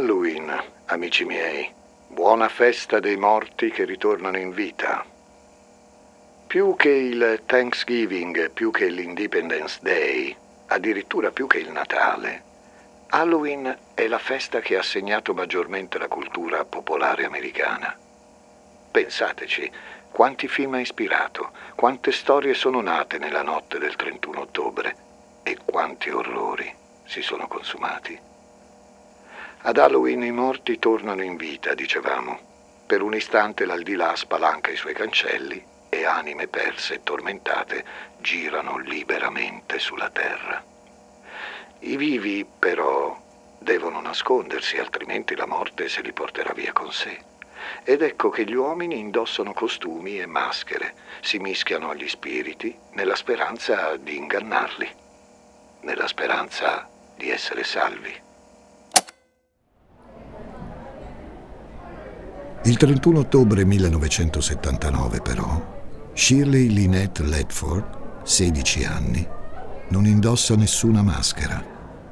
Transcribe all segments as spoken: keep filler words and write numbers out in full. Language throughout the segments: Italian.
Halloween, amici miei. Buona festa dei morti che ritornano in vita. Più che il Thanksgiving, più che l'Independence Day, addirittura più che il Natale, Halloween è la festa che ha segnato maggiormente la cultura popolare americana. Pensateci, quanti film ha ispirato, quante storie sono nate nella notte del trentuno ottobre e quanti orrori si sono consumati. Ad Halloween i morti tornano in vita, dicevamo. Per un istante l'aldilà spalanca i suoi cancelli e anime perse e tormentate girano liberamente sulla terra. I vivi, però, devono nascondersi, altrimenti la morte se li porterà via con sé. Ed ecco che gli uomini indossano costumi e maschere, si mischiano agli spiriti nella speranza di ingannarli, nella speranza di essere salvi. Il trentuno ottobre millenovecentosettantanove, però, Shirley Lynette Ledford, sedici anni, non indossa nessuna maschera.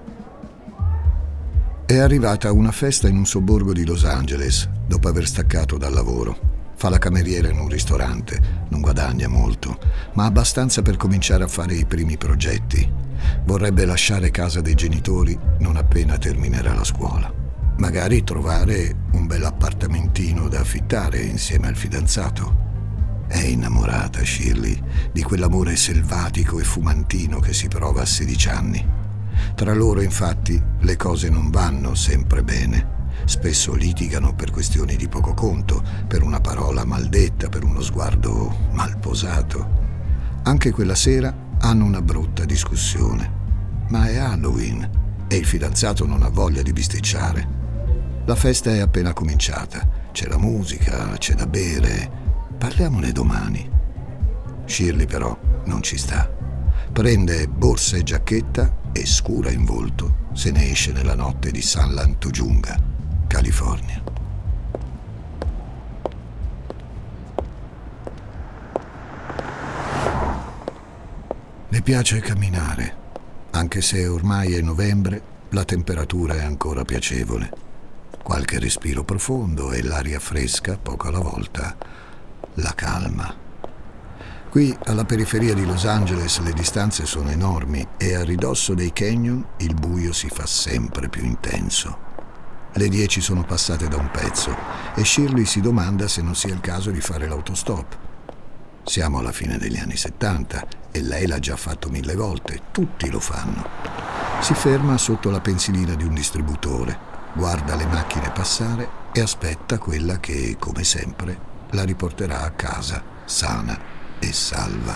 È arrivata a una festa in un sobborgo di Los Angeles, dopo aver staccato dal lavoro. Fa la cameriera in un ristorante, non guadagna molto, ma abbastanza per cominciare a fare i primi progetti. Vorrebbe lasciare casa dei genitori non appena terminerà la scuola. Magari trovare un bel appartamentino da affittare insieme al fidanzato. È innamorata Shirley di quell'amore selvatico e fumantino che si prova a sedici anni. Tra loro, infatti, le cose non vanno sempre bene. Spesso litigano per questioni di poco conto, per una parola mal detta, per uno sguardo mal posato. Anche quella sera hanno una brutta discussione. Ma è Halloween e il fidanzato non ha voglia di bisticciare. La festa è appena cominciata. C'è la musica, c'è da bere. Parliamone domani. Shirley però non ci sta. Prende borsa e giacchetta e, scura in volto, se ne esce nella notte di San Lantogiunga, California. Le piace camminare, anche se ormai è novembre, la temperatura è ancora piacevole. Qualche respiro profondo e l'aria fresca, poco alla volta, la calma. Qui, alla periferia di Los Angeles, le distanze sono enormi e a ridosso dei canyon il buio si fa sempre più intenso. Le dieci sono passate da un pezzo e Shirley si domanda se non sia il caso di fare l'autostop. Siamo alla fine degli anni settanta e lei l'ha già fatto mille volte, tutti lo fanno. Si ferma sotto la pensilina di un distributore. Guarda le macchine passare e aspetta quella che, come sempre, la riporterà a casa, sana e salva.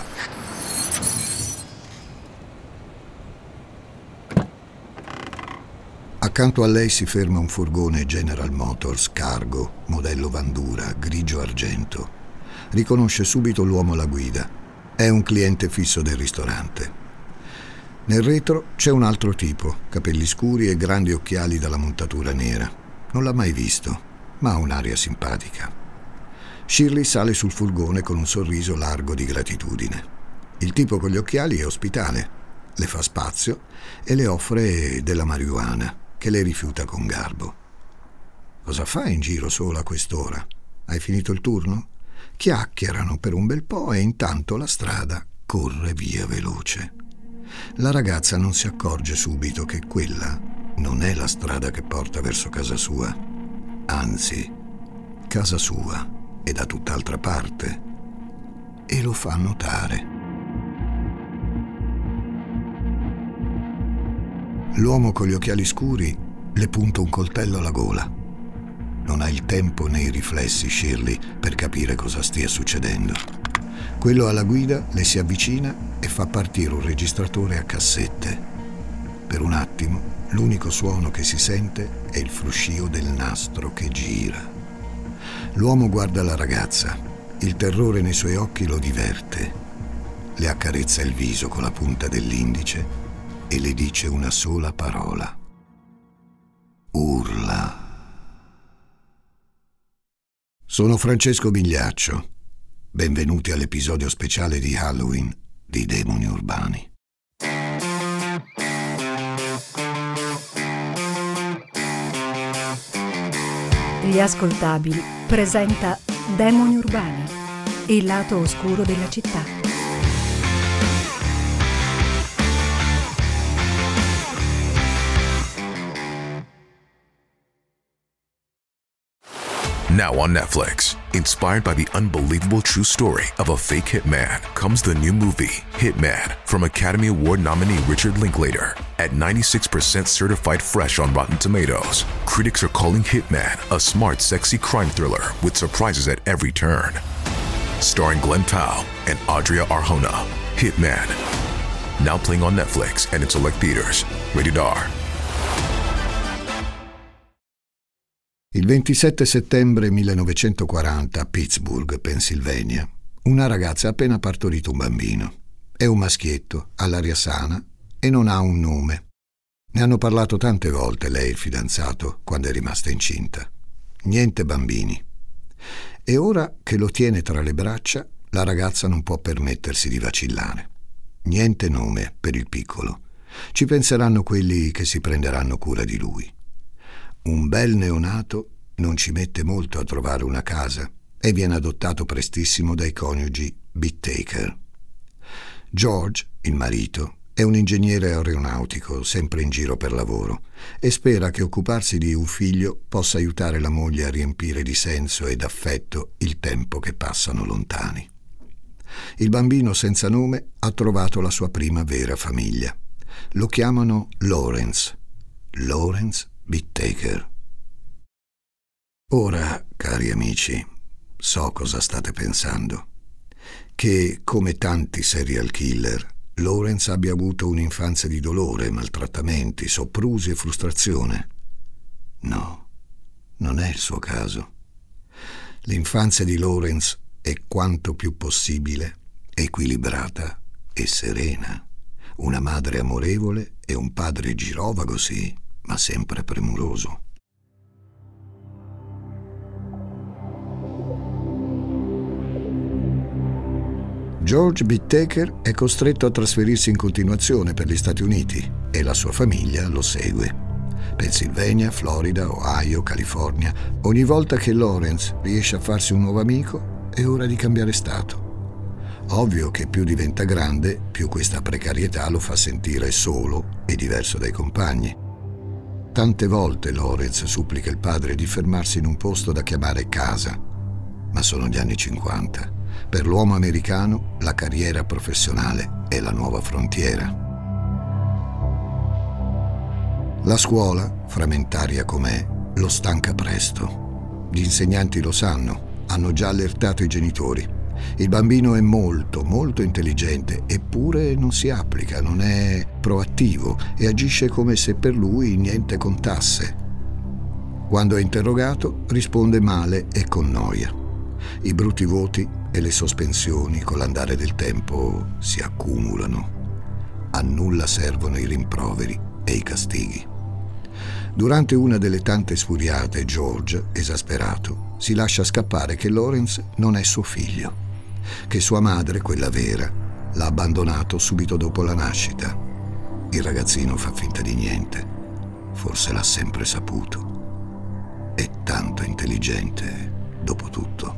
Accanto a lei si ferma un furgone General Motors Cargo, modello Vandura, grigio-argento. Riconosce subito l'uomo alla guida. È un cliente fisso del ristorante. Nel retro c'è un altro tipo, capelli scuri e grandi occhiali dalla montatura nera. Non l'ha mai visto, ma ha un'aria simpatica. Shirley sale sul furgone con un sorriso largo di gratitudine. Il tipo con gli occhiali è ospitale, le fa spazio e le offre della marijuana, che le rifiuta con garbo. Cosa fai in giro sola a quest'ora? Hai finito il turno? Chiacchierano per un bel po' e intanto la strada corre via veloce. La ragazza non si accorge subito che quella non è la strada che porta verso casa sua. Anzi, casa sua è da tutt'altra parte e lo fa notare. L'uomo con gli occhiali scuri le punta un coltello alla gola. Non ha il tempo né i riflessi, Shirley, per capire cosa stia succedendo. Quello alla guida le si avvicina e fa partire un registratore a cassette. Per un attimo, l'unico suono che si sente è il fruscio del nastro che gira. L'uomo guarda la ragazza. Il terrore nei suoi occhi lo diverte. Le accarezza il viso con la punta dell'indice e le dice una sola parola. Urla. Sono Francesco Migliaccio. Benvenuti all'episodio speciale di Halloween di Demoni Urbani. Gli Ascoltabili presenta Demoni Urbani, il lato oscuro della città. Now on Netflix, inspired by the unbelievable true story of a fake hitman, comes the new movie, Hitman, from Academy Award nominee Richard Linklater. At ninety-six percent certified fresh on Rotten Tomatoes, critics are calling Hitman a smart, sexy crime thriller with surprises at every turn. Starring Glenn Powell and Adria Arjona, Hitman. Now playing on Netflix and in select theaters. Rated R. Il ventisette settembre millenovecentoquaranta a Pittsburgh, Pennsylvania, una ragazza ha appena partorito un bambino. È un maschietto, ha l'aria sana e non ha un nome. Ne hanno parlato tante volte lei e il fidanzato quando è rimasta incinta. Niente bambini. E ora che lo tiene tra le braccia, la ragazza non può permettersi di vacillare. Niente nome per il piccolo. Ci penseranno quelli che si prenderanno cura di lui. Un bel neonato non ci mette molto a trovare una casa e viene adottato prestissimo dai coniugi Bittaker. George, il marito, è un ingegnere aeronautico sempre in giro per lavoro e spera che occuparsi di un figlio possa aiutare la moglie a riempire di senso ed affetto il tempo che passano lontani. Il bambino senza nome ha trovato la sua prima vera famiglia. Lo chiamano Lawrence. Lawrence Bittaker. Ora, cari amici, so cosa state pensando. Che, come tanti serial killer, Lawrence abbia avuto un'infanzia di dolore, maltrattamenti, soprusi e frustrazione. No, non è il suo caso. L'infanzia di Lawrence è quanto più possibile equilibrata e serena. Una madre amorevole e un padre girovago, sì, ma sempre premuroso. George Bittaker è costretto a trasferirsi in continuazione per gli Stati Uniti e la sua famiglia lo segue. Pennsylvania, Florida, Ohio, California. Ogni volta che Lawrence riesce a farsi un nuovo amico è ora di cambiare stato. Ovvio che più diventa grande, più questa precarietà lo fa sentire solo e diverso dai compagni. Tante volte Lawrence supplica il padre di fermarsi in un posto da chiamare casa, ma sono gli anni cinquanta. Per l'uomo americano la carriera professionale è la nuova frontiera. La scuola, frammentaria com'è, lo stanca presto. Gli insegnanti lo sanno, hanno già allertato i genitori. Il bambino è molto, molto intelligente, eppure non si applica, non è proattivo e agisce come se per lui niente contasse. Quando è interrogato, risponde male e con noia. I brutti voti e le sospensioni con l'andare del tempo si accumulano. A nulla servono i rimproveri e i castighi. Durante una delle tante sfuriate, George, esasperato, si lascia scappare che Lawrence non è suo figlio, che sua madre, quella vera, l'ha abbandonato subito dopo la nascita. Il ragazzino fa finta di niente. Forse l'ha sempre saputo. È tanto intelligente, dopo tutto.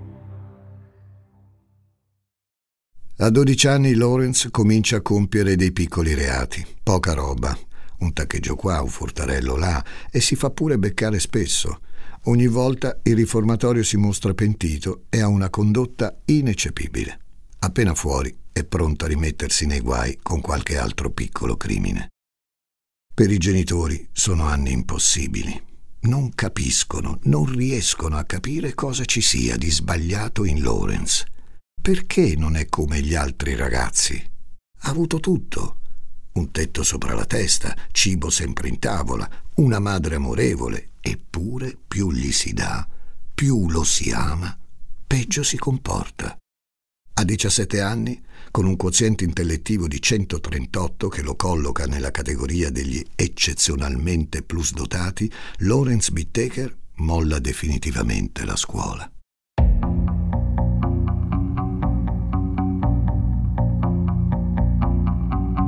A dodici anni Lawrence comincia a compiere dei piccoli reati, poca roba, un taccheggio qua, un furtarello là, e si fa pure beccare spesso. Ogni volta il riformatorio si mostra pentito e ha una condotta ineccepibile. Appena fuori è pronto a rimettersi nei guai con qualche altro piccolo crimine. Per i genitori sono anni impossibili. Non capiscono, non riescono a capire cosa ci sia di sbagliato in Lawrence. Perché non è come gli altri ragazzi? Ha avuto tutto. Un tetto sopra la testa, cibo sempre in tavola, una madre amorevole, eppure più gli si dà, più lo si ama, peggio si comporta. A diciassette anni, con un quoziente intellettivo di centotrentotto che lo colloca nella categoria degli eccezionalmente plusdotati, Lawrence Bittaker molla definitivamente la scuola.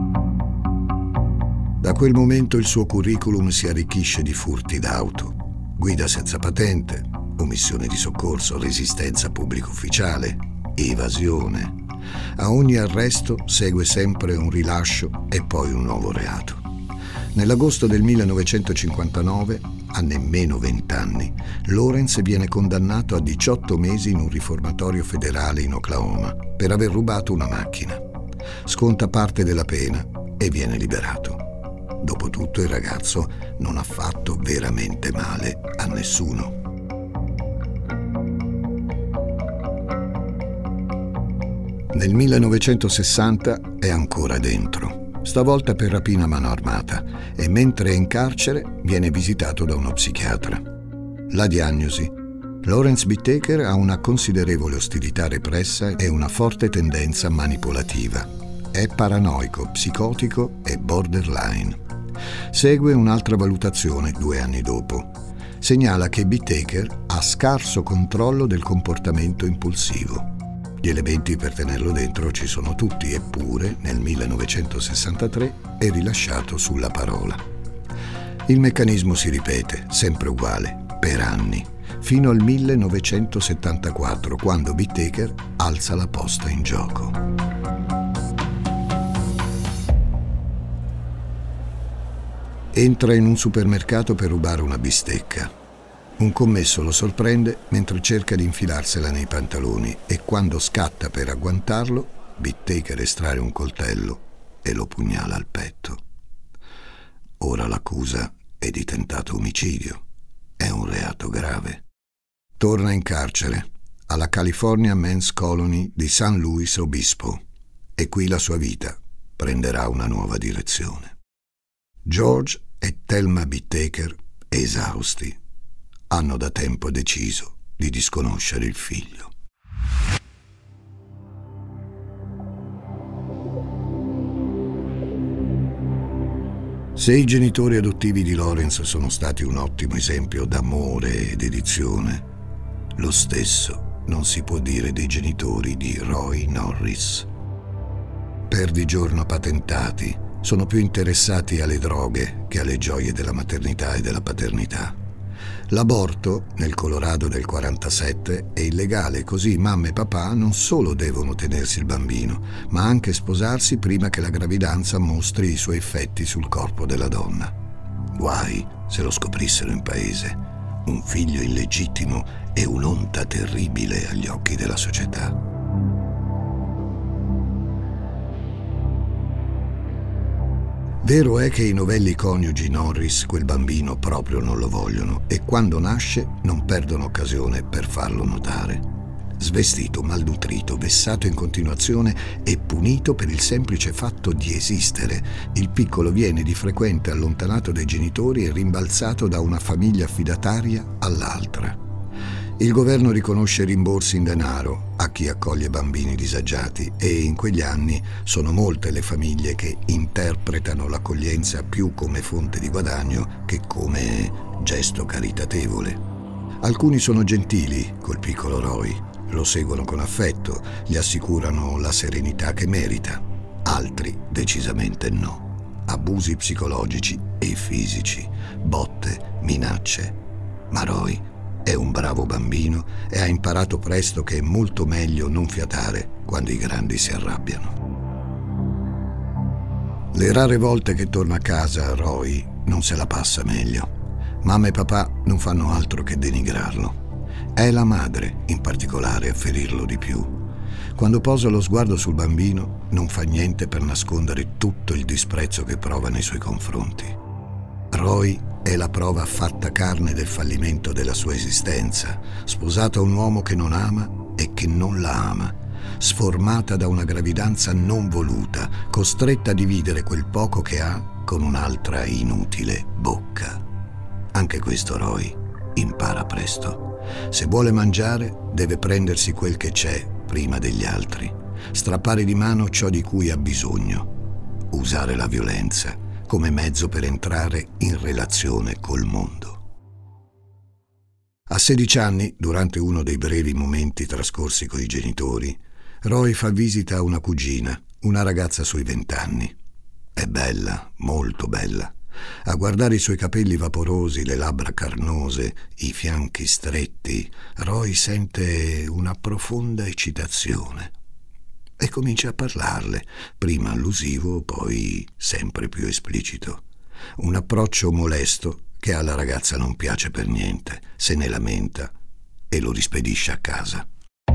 Da quel momento il suo curriculum si arricchisce di furti d'auto. guida senza patente, omissione di soccorso, resistenza a pubblico ufficiale, evasione. A ogni arresto segue sempre un rilascio e poi un nuovo reato. Nell'agosto del millenovecentocinquantanove, a nemmeno vent'anni, Lawrence viene condannato a diciotto mesi in un riformatorio federale in Oklahoma per aver rubato una macchina. Sconta parte della pena e viene liberato. Dopotutto il ragazzo non ha fatto veramente male a nessuno. Nel millenovecentosessanta è ancora dentro, stavolta per rapina a mano armata, e mentre è in carcere viene visitato da uno psichiatra. La diagnosi: Lawrence Bittaker ha una considerevole ostilità repressa e una forte tendenza manipolativa. È paranoico, psicotico e borderline. Segue un'altra valutazione due anni dopo. Segnala che Bittaker ha scarso controllo del comportamento impulsivo. Gli elementi per tenerlo dentro ci sono tutti, eppure nel millenovecentosessantatré è rilasciato sulla parola. Il meccanismo si ripete, sempre uguale, per anni, fino al millenovecentosettantaquattro, quando Bittaker alza la posta in gioco. Entra in un supermercato per rubare una bistecca. Un commesso lo sorprende mentre cerca di infilarsela nei pantaloni e quando scatta per agguantarlo, Bittaker estrae un coltello e lo pugnala al petto. Ora l'accusa è di tentato omicidio. È un reato grave. Torna in carcere, alla California Men's Colony di San Luis Obispo, e qui la sua vita prenderà una nuova direzione. George e Thelma Bittaker, esausti, hanno da tempo deciso di disconoscere il figlio. Se i genitori adottivi di Lawrence sono stati un ottimo esempio d'amore e dedizione, lo stesso non si può dire dei genitori di Roy Norris. Perdigiorno patentati, sono più interessati alle droghe che alle gioie della maternità e della paternità. L'aborto, nel Colorado del quarantasette, è illegale, così mamma e papà non solo devono tenersi il bambino, ma anche sposarsi prima che la gravidanza mostri i suoi effetti sul corpo della donna. Guai se lo scoprissero in paese. Un figlio illegittimo è un'onta terribile agli occhi della società. Vero è che i novelli coniugi Norris quel bambino proprio non lo vogliono e quando nasce non perdono occasione per farlo notare. Svestito, malnutrito, vessato in continuazione e punito per il semplice fatto di esistere, il piccolo viene di frequente allontanato dai genitori e rimbalzato da una famiglia affidataria all'altra. Il governo riconosce rimborsi in denaro a chi accoglie bambini disagiati e in quegli anni sono molte le famiglie che interpretano l'accoglienza più come fonte di guadagno che come gesto caritatevole. Alcuni sono gentili col piccolo Roy, lo seguono con affetto, gli assicurano la serenità che merita. Altri decisamente no. Abusi psicologici e fisici, botte, minacce. Ma Roy è un bravo bambino e ha imparato presto che è molto meglio non fiatare quando i grandi si arrabbiano. Le rare volte che torna a casa, Roy non se la passa meglio. Mamma e papà non fanno altro che denigrarlo. È la madre, in particolare, a ferirlo di più. Quando posa lo sguardo sul bambino, non fa niente per nascondere tutto il disprezzo che prova nei suoi confronti. Roy è la prova fatta carne del fallimento della sua esistenza, sposata a un uomo che non ama e che non la ama, sformata da una gravidanza non voluta, costretta a dividere quel poco che ha con un'altra inutile bocca. Anche questo Roy impara presto. Se vuole mangiare, deve prendersi quel che c'è prima degli altri, strappare di mano ciò di cui ha bisogno, usare la violenza come mezzo per entrare in relazione col mondo. A sedici anni, durante uno dei brevi momenti trascorsi coi genitori, Roy fa visita a una cugina, una ragazza sui vent'anni. È bella, molto bella, A guardare i suoi capelli vaporosi, le labbra carnose, i fianchi stretti, Roy sente una profonda eccitazione e comincia a parlarle, prima allusivo, poi sempre più esplicito. Un approccio molesto che alla ragazza non piace per niente, se ne lamenta e lo rispedisce a casa.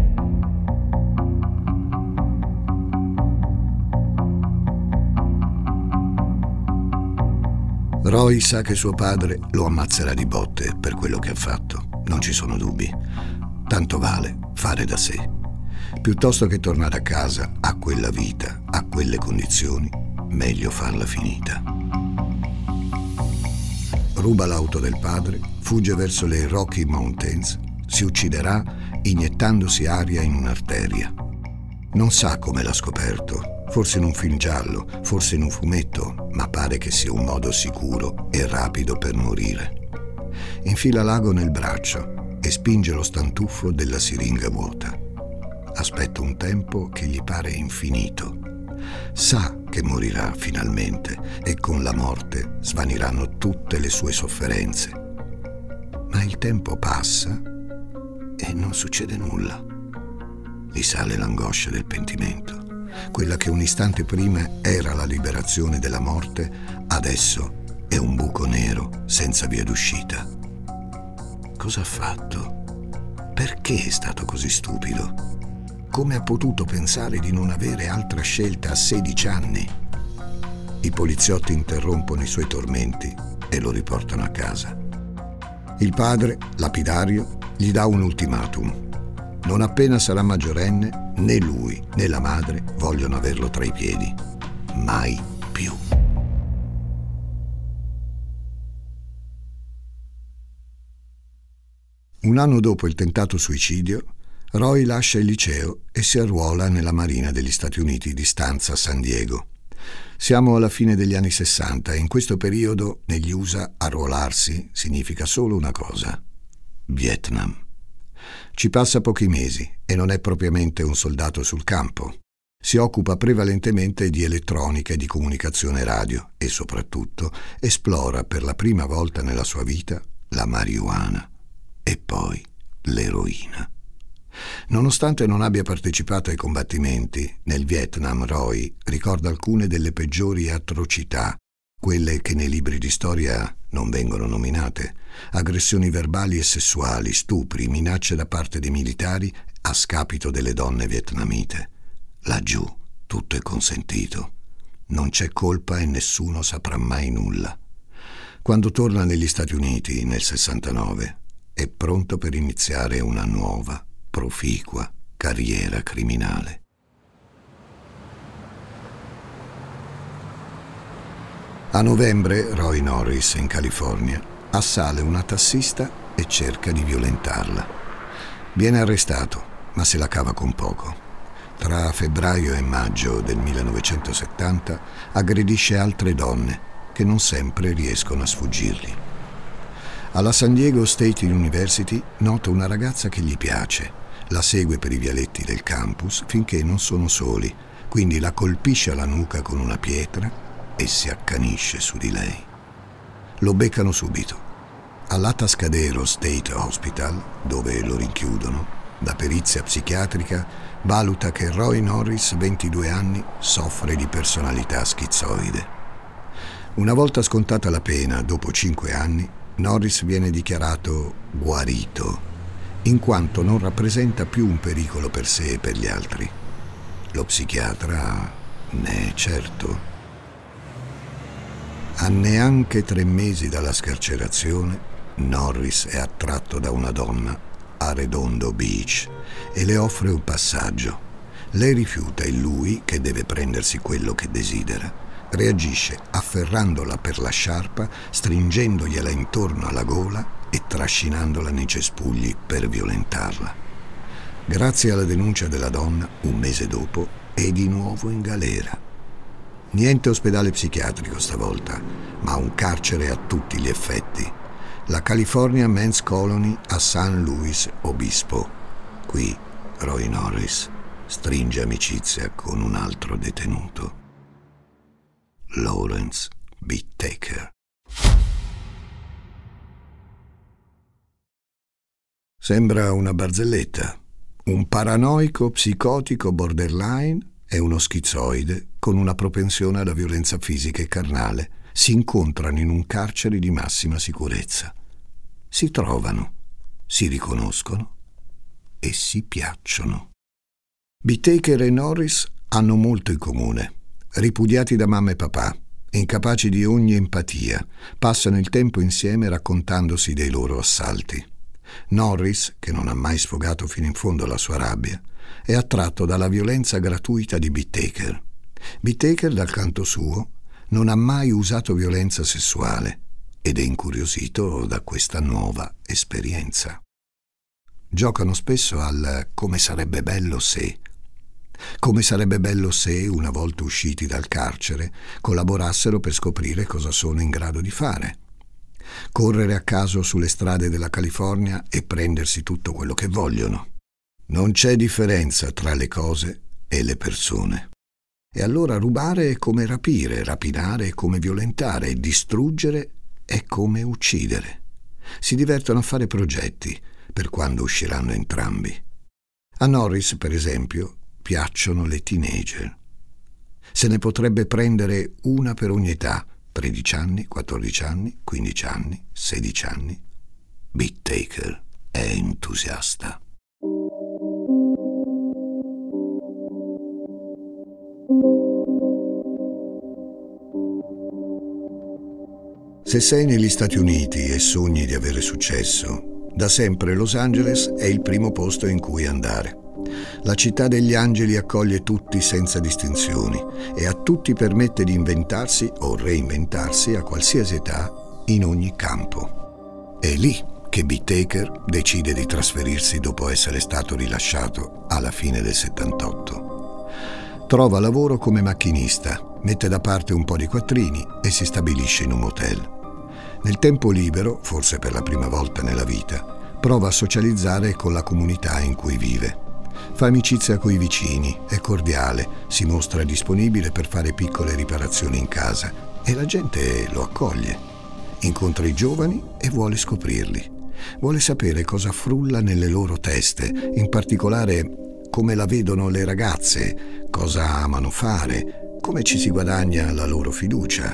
Roy sa che suo padre lo ammazzerà di botte per quello che ha fatto, non ci sono dubbi. Tanto vale fare da sé. Piuttosto che tornare a casa a quella vita, a quelle condizioni, meglio farla finita. Ruba l'auto del padre, fugge verso le Rocky Mountains, si ucciderà iniettandosi aria in un'arteria. Non sa come l'ha scoperto, forse in un film giallo, forse in un fumetto, ma pare che sia un modo sicuro e rapido per morire. Infila l'ago nel braccio e spinge lo stantuffo della siringa vuota. Aspetta un tempo che gli pare infinito. Sa che morirà finalmente e con la morte svaniranno tutte le sue sofferenze. Ma il tempo passa e non succede nulla. Gli sale l'angoscia del pentimento. Quella che un istante prima era la liberazione dalla morte, adesso è un buco nero senza via d'uscita. Cosa ha fatto? Perché è stato così stupido? Come ha potuto pensare di non avere altra scelta a sedici anni? I poliziotti interrompono i suoi tormenti e lo riportano a casa. Il padre, lapidario, gli dà un ultimatum. Non appena sarà maggiorenne, né lui né la madre vogliono averlo tra i piedi. Mai più. Un anno dopo il tentato suicidio, Roy lascia il liceo e si arruola nella Marina degli Stati Uniti di stanza a San Diego. Siamo alla fine degli anni sessanta e in questo periodo negli U S A arruolarsi significa solo una cosa: Vietnam. Ci passa pochi mesi e non è propriamente un soldato sul campo. Si occupa prevalentemente di elettronica e di comunicazione radio e soprattutto esplora per la prima volta nella sua vita la marijuana e poi l'eroina. Nonostante non abbia partecipato ai combattimenti, nel Vietnam Roy ricorda alcune delle peggiori atrocità, quelle che nei libri di storia non vengono nominate: aggressioni verbali e sessuali, stupri, minacce da parte dei militari a scapito delle donne vietnamite. Laggiù tutto è consentito, non c'è colpa e nessuno saprà mai nulla. Quando torna negli Stati Uniti nel sessantanove è pronto per iniziare una nuova, proficua carriera criminale. A novembre Roy Norris, in California, assale una tassista e cerca di violentarla. Viene arrestato, ma se la cava con poco. Tra febbraio e maggio del millenovecentosettanta aggredisce altre donne che non sempre riescono a sfuggirgli. Alla San Diego State University nota una ragazza che gli piace. La segue per i vialetti del campus finché non sono soli, quindi la colpisce alla nuca con una pietra e si accanisce su di lei. Lo beccano subito. All'Atascadero State Hospital, dove lo rinchiudono, la perizia psichiatrica valuta che Roy Norris, ventidue anni, soffre di personalità schizoide. Una volta scontata la pena, dopo cinque anni, Norris viene dichiarato guarito, in quanto non rappresenta più un pericolo per sé e per gli altri. Lo psichiatra ne è certo. A neanche tre mesi dalla scarcerazione, Norris è attratto da una donna a Redondo Beach e le offre un passaggio. Lei rifiuta e lui, che deve prendersi quello che desidera, reagisce afferrandola per la sciarpa, stringendogliela intorno alla gola e trascinandola nei cespugli per violentarla. Grazie alla denuncia della donna, un mese dopo, è di nuovo in galera. Niente ospedale psichiatrico stavolta, ma un carcere a tutti gli effetti. La California Men's Colony a San Luis Obispo. Qui Roy Norris stringe amicizia con un altro detenuto, Lawrence Bittaker. Sembra una barzelletta. Un paranoico psicotico borderline e uno schizoide con una propensione alla violenza fisica e carnale si incontrano in un carcere di massima sicurezza. Si trovano, si riconoscono e si piacciono. Bittaker e Norris hanno molto in comune. Ripudiati da mamma e papà, incapaci di ogni empatia, passano il tempo insieme raccontandosi dei loro assalti. Norris, che non ha mai sfogato fino in fondo la sua rabbia, è attratto dalla violenza gratuita di Bittaker. Bittaker, dal canto suo, non ha mai usato violenza sessuale ed è incuriosito da questa nuova esperienza. Giocano spesso al come sarebbe bello se. Come sarebbe bello se, una volta usciti dal carcere, collaborassero per scoprire cosa sono in grado di fare. Correre a caso sulle strade della California e prendersi tutto quello che vogliono. Non c'è differenza tra le cose e le persone. E allora rubare è come rapire, rapinare è come violentare, distruggere è come uccidere. Si divertono a fare progetti per quando usciranno entrambi. A Norris, per esempio, piacciono le teenager. Se ne potrebbe prendere una per ogni età, tredici anni, quattordici anni, quindici anni, sedici anni. Bittaker è entusiasta. Se sei negli Stati Uniti e sogni di avere successo, da sempre Los Angeles è il primo posto in cui andare. La città degli angeli accoglie tutti senza distinzioni e a tutti permette di inventarsi o reinventarsi a qualsiasi età in ogni campo. È lì che Bittaker decide di trasferirsi dopo essere stato rilasciato alla fine del settantotto. Trova lavoro come macchinista, mette da parte un po' di quattrini e si stabilisce in un motel. Nel tempo libero, forse per la prima volta nella vita, prova a socializzare con la comunità in cui vive. Fa amicizia coi vicini, è cordiale, si mostra disponibile per fare piccole riparazioni in casa e la gente lo accoglie. Incontra i giovani e vuole scoprirli. Vuole sapere cosa frulla nelle loro teste, in particolare come la vedono le ragazze, cosa amano fare, come ci si guadagna la loro fiducia.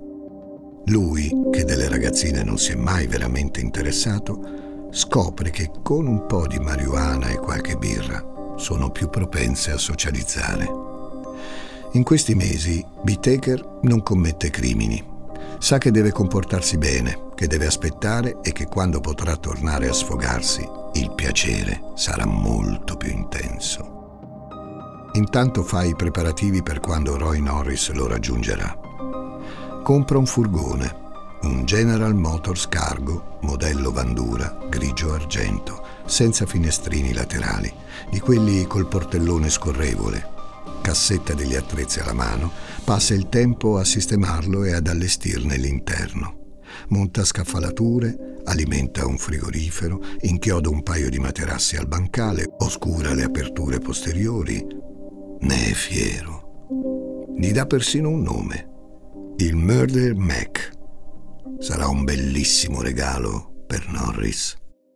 Lui, che delle ragazzine non si è mai veramente interessato, scopre che con un po' di marijuana e qualche birra sono più propense a socializzare. In questi mesi Bittaker non commette crimini. Sa che deve comportarsi bene, che deve aspettare e che quando potrà tornare a sfogarsi, il piacere sarà molto più intenso. Intanto fa i preparativi per quando Roy Norris lo raggiungerà. Compra un furgone, un General Motors Cargo, modello Vandura, grigio-argento, senza finestrini laterali, di quelli col portellone scorrevole. Cassetta degli attrezzi alla mano, passa il tempo a sistemarlo e ad allestirne l'interno. Monta scaffalature, alimenta un frigorifero, inchioda un paio di materassi al bancale, oscura le aperture posteriori. Ne è fiero. Gli dà persino un nome: il Murder Mac. Sarà un bellissimo regalo per Norris.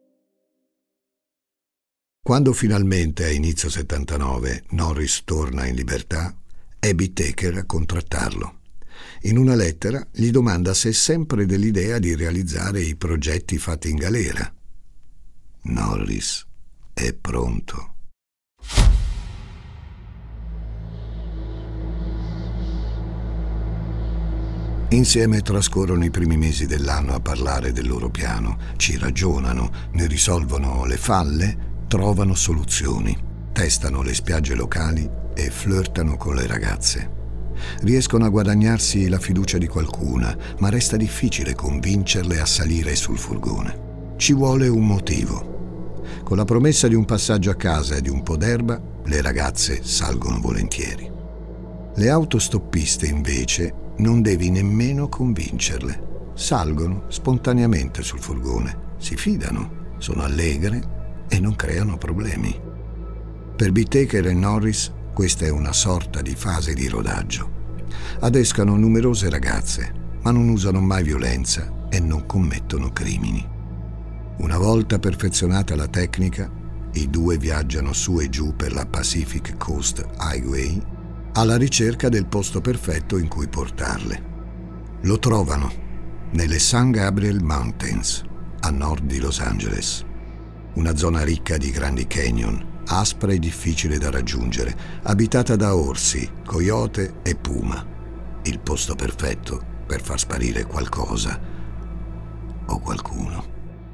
Quando finalmente a inizio settantanove Norris torna in libertà, è Bittaker a contrattarlo. In una lettera gli domanda se è sempre dell'idea di realizzare i progetti fatti in galera. Norris è pronto. Insieme trascorrono i primi mesi dell'anno a parlare del loro piano, ci ragionano, ne risolvono le falle, trovano soluzioni, testano le spiagge locali e flirtano con le ragazze. Riescono a guadagnarsi la fiducia di qualcuna, ma resta difficile convincerle a salire sul furgone. Ci vuole un motivo. Con la promessa di un passaggio a casa e di un po' d'erba, le ragazze salgono volentieri. Le autostoppiste, invece, non devi nemmeno convincerle. Salgono spontaneamente sul furgone, si fidano, sono allegre e non creano problemi. Per Bittaker e Norris questa è una sorta di fase di rodaggio. Adescano numerose ragazze, ma non usano mai violenza e non commettono crimini. Una volta perfezionata la tecnica, i due viaggiano su e giù per la Pacific Coast Highway alla ricerca del posto perfetto in cui portarle. Lo trovano nelle San Gabriel Mountains, a nord di Los Angeles, una zona ricca di grandi canyon, aspra e difficile da raggiungere, abitata da orsi, coyote e puma. Il posto perfetto per far sparire qualcosa o qualcuno.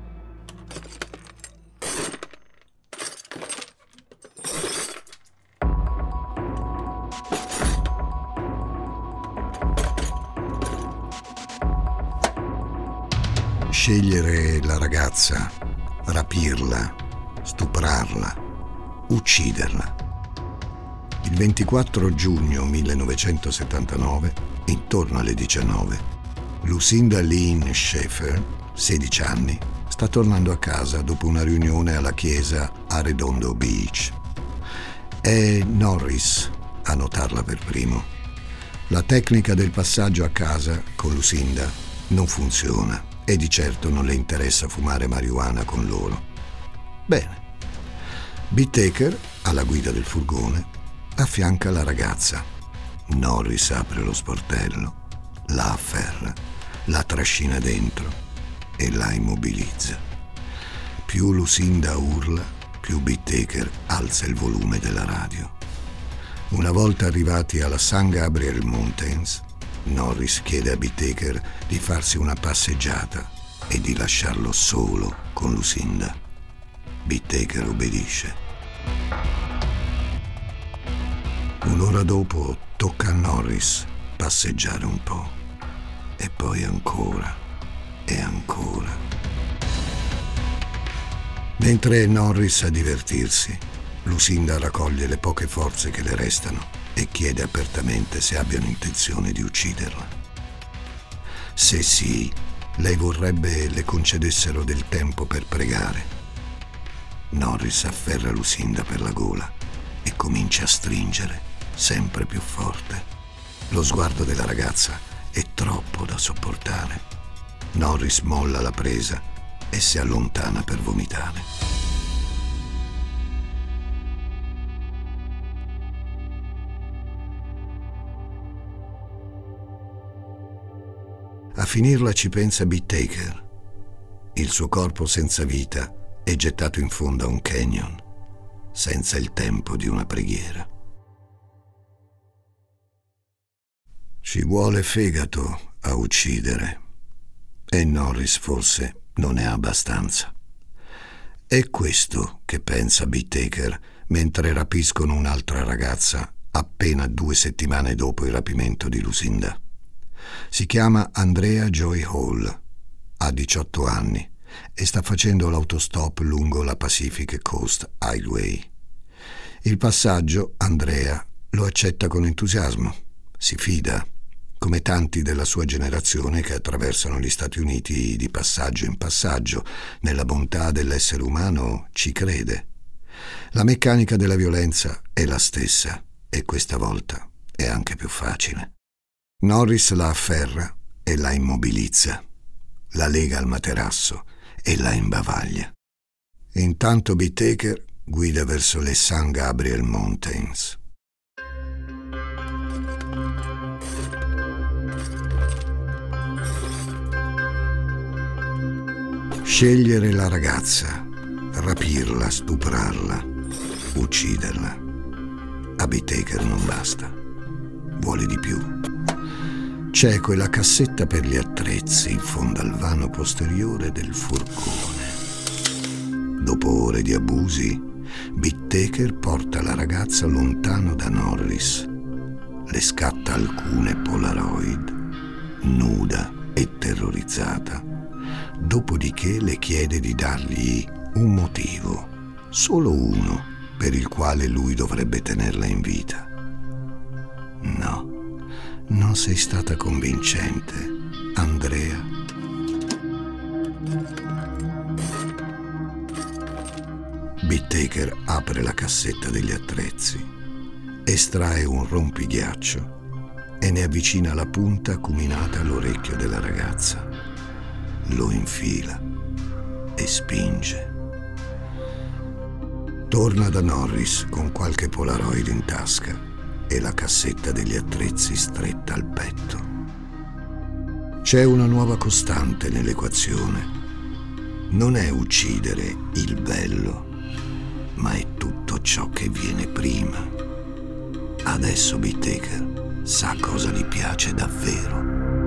Scegliere la ragazza, rapirla, stuprarla, ucciderla. Il ventiquattro giugno millenovecentosettantanove, intorno alle diciannove, Lucinda Lynn Schaeffer, sedici anni, sta tornando a casa dopo una riunione alla chiesa a Redondo Beach. È Norris a notarla per primo. La tecnica del passaggio a casa con Lucinda non funziona e di certo non le interessa fumare marijuana con loro. Bene. Bittaker, alla guida del furgone, affianca la ragazza. Norris apre lo sportello, la afferra, la trascina dentro e la immobilizza. Più Lucinda urla, più Bittaker alza il volume della radio. Una volta arrivati alla San Gabriel Mountains, Norris chiede a Bittaker di farsi una passeggiata e di lasciarlo solo con Lucinda. Bittaker obbedisce. Un'ora dopo tocca a Norris passeggiare un po', e poi ancora e ancora. Mentre è Norris a divertirsi, Lucinda raccoglie le poche forze che le restano e chiede apertamente se abbiano intenzione di ucciderla. Se sì, lei vorrebbe le concedessero del tempo per pregare. Norris afferra Lucinda per la gola e comincia a stringere sempre più forte. Lo sguardo della ragazza è troppo da sopportare. Norris molla la presa e si allontana per vomitare. A finirla ci pensa Bittaker. Il suo corpo senza vita è gettato in fondo a un canyon, senza il tempo di una preghiera. Ci vuole fegato a uccidere, e Norris forse non ne ha abbastanza. È questo che pensa Bittaker mentre rapiscono un'altra ragazza appena due settimane dopo il rapimento di Lucinda. Si chiama Andrea Joy Hall, ha diciotto anni e sta facendo l'autostop lungo la Pacific Coast Highway. Il passaggio Andrea lo accetta con entusiasmo, si fida, come tanti della sua generazione che attraversano gli Stati Uniti di passaggio in passaggio, nella bontà dell'essere umano ci crede. La meccanica della violenza è la stessa e questa volta è anche più facile. Norris la afferra e la immobilizza, la lega al materasso e la imbavaglia. Intanto Bittaker guida verso le San Gabriel Mountains. Scegliere la ragazza, rapirla, stuprarla, ucciderla. A Bittaker non basta, vuole di più. C'è quella cassetta per gli attrezzi in fondo al vano posteriore del furgone. Dopo ore di abusi, Bittaker porta la ragazza lontano da Norris. Le scatta alcune Polaroid, nuda e terrorizzata. Dopodiché le chiede di dargli un motivo, solo uno, per il quale lui dovrebbe tenerla in vita. No. Non sei stata convincente, Andrea. Bittaker apre la cassetta degli attrezzi, estrae un rompighiaccio e ne avvicina la punta acuminata all'orecchio della ragazza. Lo infila e spinge. Torna da Norris con qualche Polaroid in tasca e la cassetta degli attrezzi stretta al petto. C'è una nuova costante nell'equazione. Non è uccidere il bello, ma è tutto ciò che viene prima. Adesso Whittaker sa cosa gli piace davvero.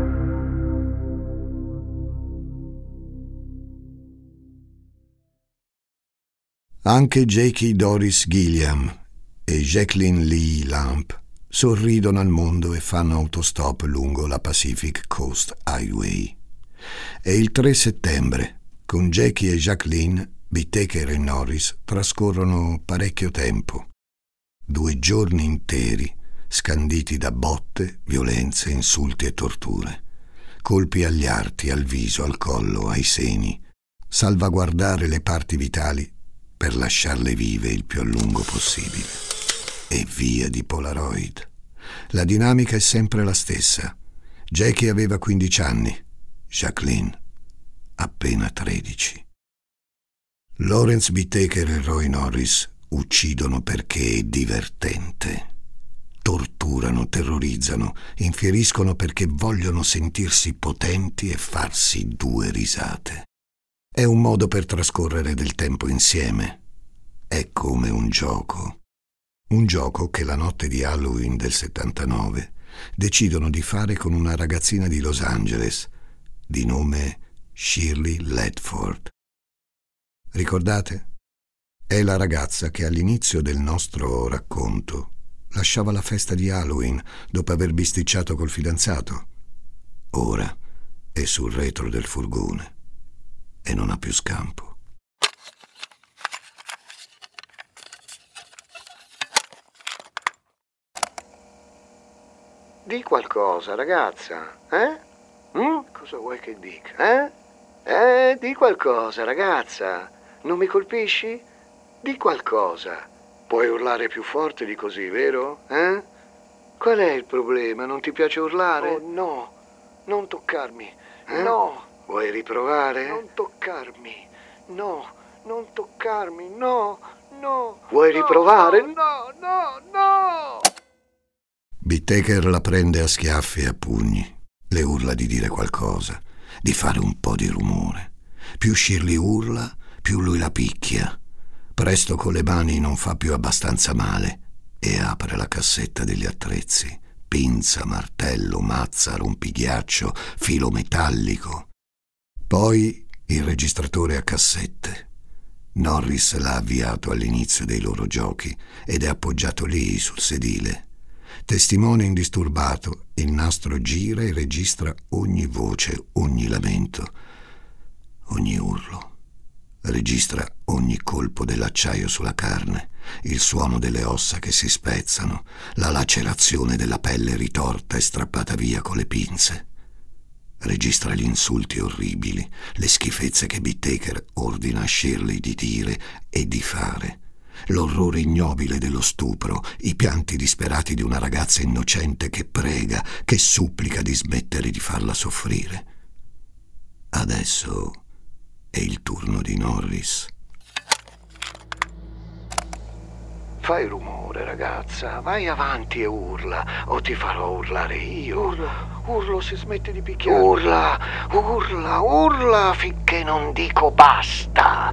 Anche Jackie Doris Gilliam e Jacqueline Lee Lamp sorridono al mondo e fanno autostop lungo la Pacific Coast Highway. È il tre settembre. Con Jackie e Jacqueline, Whittaker e Norris trascorrono parecchio tempo. Due giorni interi, scanditi da botte, violenze, insulti e torture. Colpi agli arti, al viso, al collo, ai seni. Salvaguardare le parti vitali per lasciarle vive il più a lungo possibile. E via di Polaroid. La dinamica è sempre la stessa. Jackie aveva quindici anni, Jacqueline appena tredici. Lawrence Whittaker e Roy Norris uccidono perché è divertente. Torturano, terrorizzano, infieriscono perché vogliono sentirsi potenti e farsi due risate. È un modo per trascorrere del tempo insieme. È come un gioco. Un gioco che la notte di Halloween del settantanove decidono di fare con una ragazzina di Los Angeles di nome Shirley Ledford. Ricordate? È la ragazza che all'inizio del nostro racconto lasciava la festa di Halloween dopo aver bisticciato col fidanzato. Ora è sul retro del furgone e non ha più scampo. Di qualcosa, ragazza, eh? Mm? Cosa vuoi che dica, eh? Eh, di qualcosa, ragazza. Non mi colpisci? Di qualcosa. Puoi urlare più forte di così, vero? Eh? Qual è il problema? Non ti piace urlare? Oh, no. Non toccarmi. Eh? No. Vuoi riprovare? Non toccarmi. No. Non toccarmi. No. No. Vuoi no, riprovare? No, no, no, no. Whittaker la prende a schiaffi e a pugni. Le urla di dire qualcosa, di fare un po' di rumore. Più Shirley urla, più lui la picchia. Presto con le mani non fa più abbastanza male e apre la cassetta degli attrezzi. Pinza, martello, mazza, rompighiaccio, filo metallico. Poi il registratore a cassette. Norris l'ha avviato all'inizio dei loro giochi ed è appoggiato lì sul sedile. Testimone indisturbato, il nastro gira e registra ogni voce, ogni lamento, ogni urlo. Registra ogni colpo dell'acciaio sulla carne, il suono delle ossa che si spezzano, la lacerazione della pelle ritorta e strappata via con le pinze. Registra gli insulti orribili, le schifezze che Whittaker ordina a Shirley di dire e di fare. L'orrore ignobile dello stupro, i pianti disperati di una ragazza innocente che prega, che supplica di smettere di farla soffrire. Adesso è il turno di Norris. Fai rumore, ragazza, vai avanti e urla, o ti farò urlare io. Urla, urlo se smetti di picchiare. Urla, urla, urla finché non dico basta.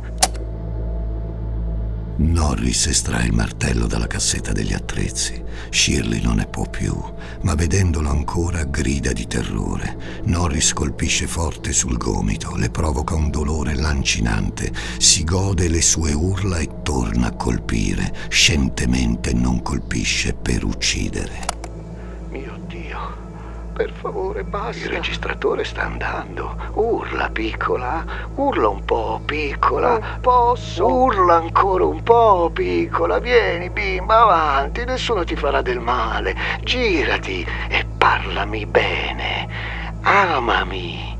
Norris estrae il martello dalla cassetta degli attrezzi. Shirley non ne può più, ma vedendolo ancora grida di terrore. Norris colpisce forte sul gomito, le provoca un dolore lancinante, si gode le sue urla e torna a colpire. Scientemente non colpisce per uccidere. Mio Dio, per favore basta. Il registratore sta andando. Urla, piccola. Urla un po', piccola. Non posso. Urla ancora un po', piccola. Vieni, bimba, avanti. Nessuno ti farà del male. Girati e parlami bene. Amami.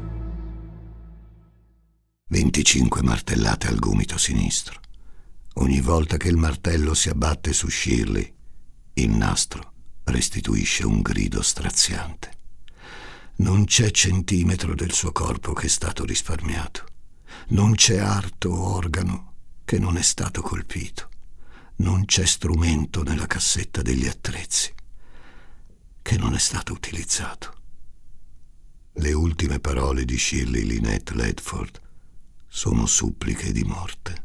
venticinque martellate al gomito sinistro. Ogni volta che il martello si abbatte su Shirley, il nastro restituisce un grido straziante. Non c'è centimetro del suo corpo che è stato risparmiato. Non c'è arto o organo che non è stato colpito. Non c'è strumento nella cassetta degli attrezzi che non è stato utilizzato. Le ultime parole di Shirley Lynette Ledford sono suppliche di morte.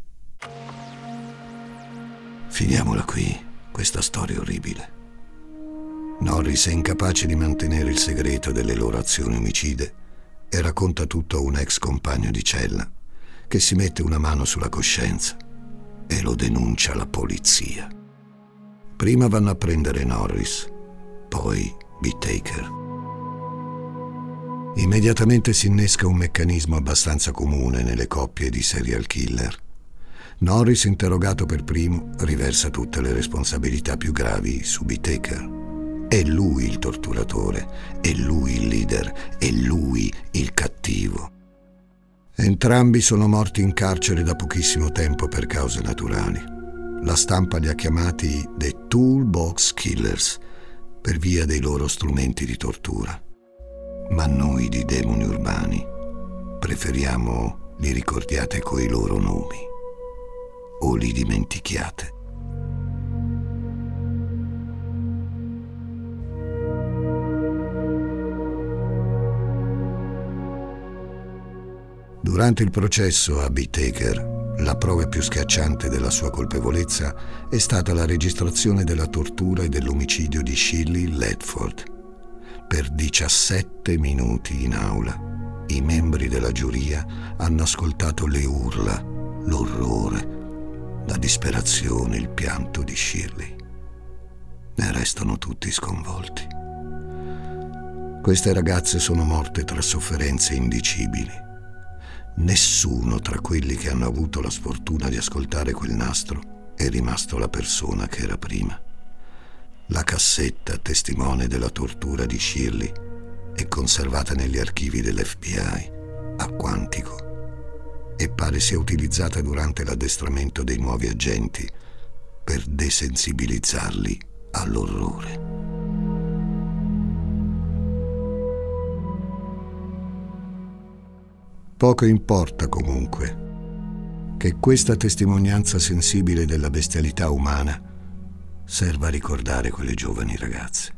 Finiamola qui, questa storia orribile. Norris è incapace di mantenere il segreto delle loro azioni omicide e racconta tutto a un ex compagno di cella che si mette una mano sulla coscienza e lo denuncia alla polizia. Prima vanno a prendere Norris, poi Whittaker. Immediatamente si innesca un meccanismo abbastanza comune nelle coppie di serial killer. Norris, interrogato per primo, riversa tutte le responsabilità più gravi su Whittaker. È lui il torturatore, è lui il leader, è lui il cattivo. Entrambi sono morti in carcere da pochissimo tempo per cause naturali. La stampa li ha chiamati The Toolbox Killers per via dei loro strumenti di tortura. Ma noi di Demoni Urbani preferiamo li ricordiate coi loro nomi o li dimentichiate. Durante il processo a Whittaker, la prova più schiacciante della sua colpevolezza è stata la registrazione della tortura e dell'omicidio di Shirley Ledford. Per diciassette minuti in aula, i membri della giuria hanno ascoltato le urla, l'orrore, la disperazione, il pianto di Shirley. Ne restano tutti sconvolti. Queste ragazze sono morte tra sofferenze indicibili. Nessuno tra quelli che hanno avuto la sfortuna di ascoltare quel nastro è rimasto la persona che era prima. La cassetta, testimone della tortura di Shirley, è conservata negli archivi dell'F B I a Quantico e pare sia utilizzata durante l'addestramento dei nuovi agenti per desensibilizzarli all'orrore. Poco importa comunque che questa testimonianza sensibile della bestialità umana serva a ricordare quelle giovani ragazze.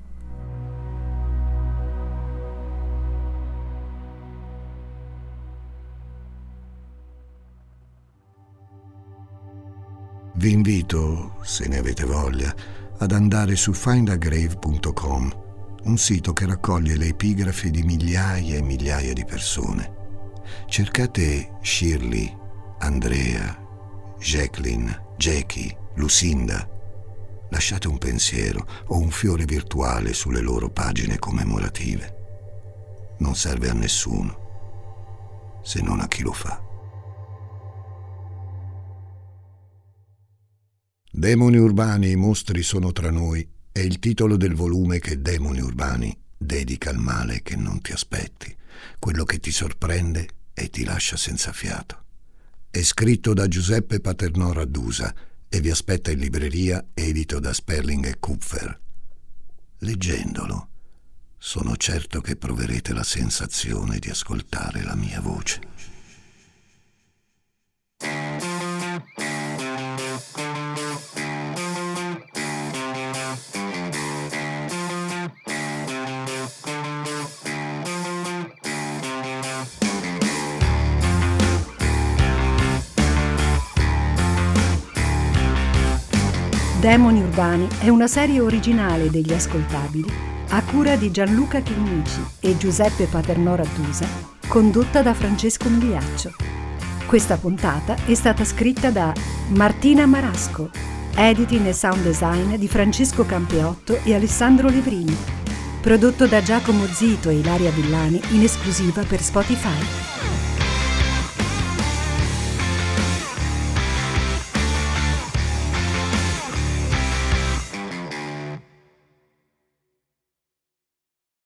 Vi invito, se ne avete voglia, ad andare su find a grave punto com, un sito che raccoglie le epigrafi di migliaia e migliaia di persone. Cercate Shirley, Andrea, Jacqueline, Jackie, Lucinda. Lasciate un pensiero o un fiore virtuale sulle loro pagine commemorative. Non serve a nessuno, se non a chi lo fa. Demoni Urbani, i mostri sono tra noi è il titolo del volume che Demoni Urbani dedica al male che non ti aspetti, quello che ti sorprende e ti lascia senza fiato. È scritto da Giuseppe Paternò Raddusa e vi aspetta in libreria, edito da Sperling e Kupfer. Leggendolo, sono certo che proverete la sensazione di ascoltare la mia voce. Demoni Urbani è una serie originale degli Ascoltabili a cura di Gianluca Chinnici e Giuseppe Paternò Raddusa, condotta da Francesco Migliaccio. Questa puntata è stata scritta da Martina Marasco, editing e sound design di Francesco Campeotto e Alessandro Levrini, prodotto da Giacomo Zito e Ilaria Villani in esclusiva per Spotify.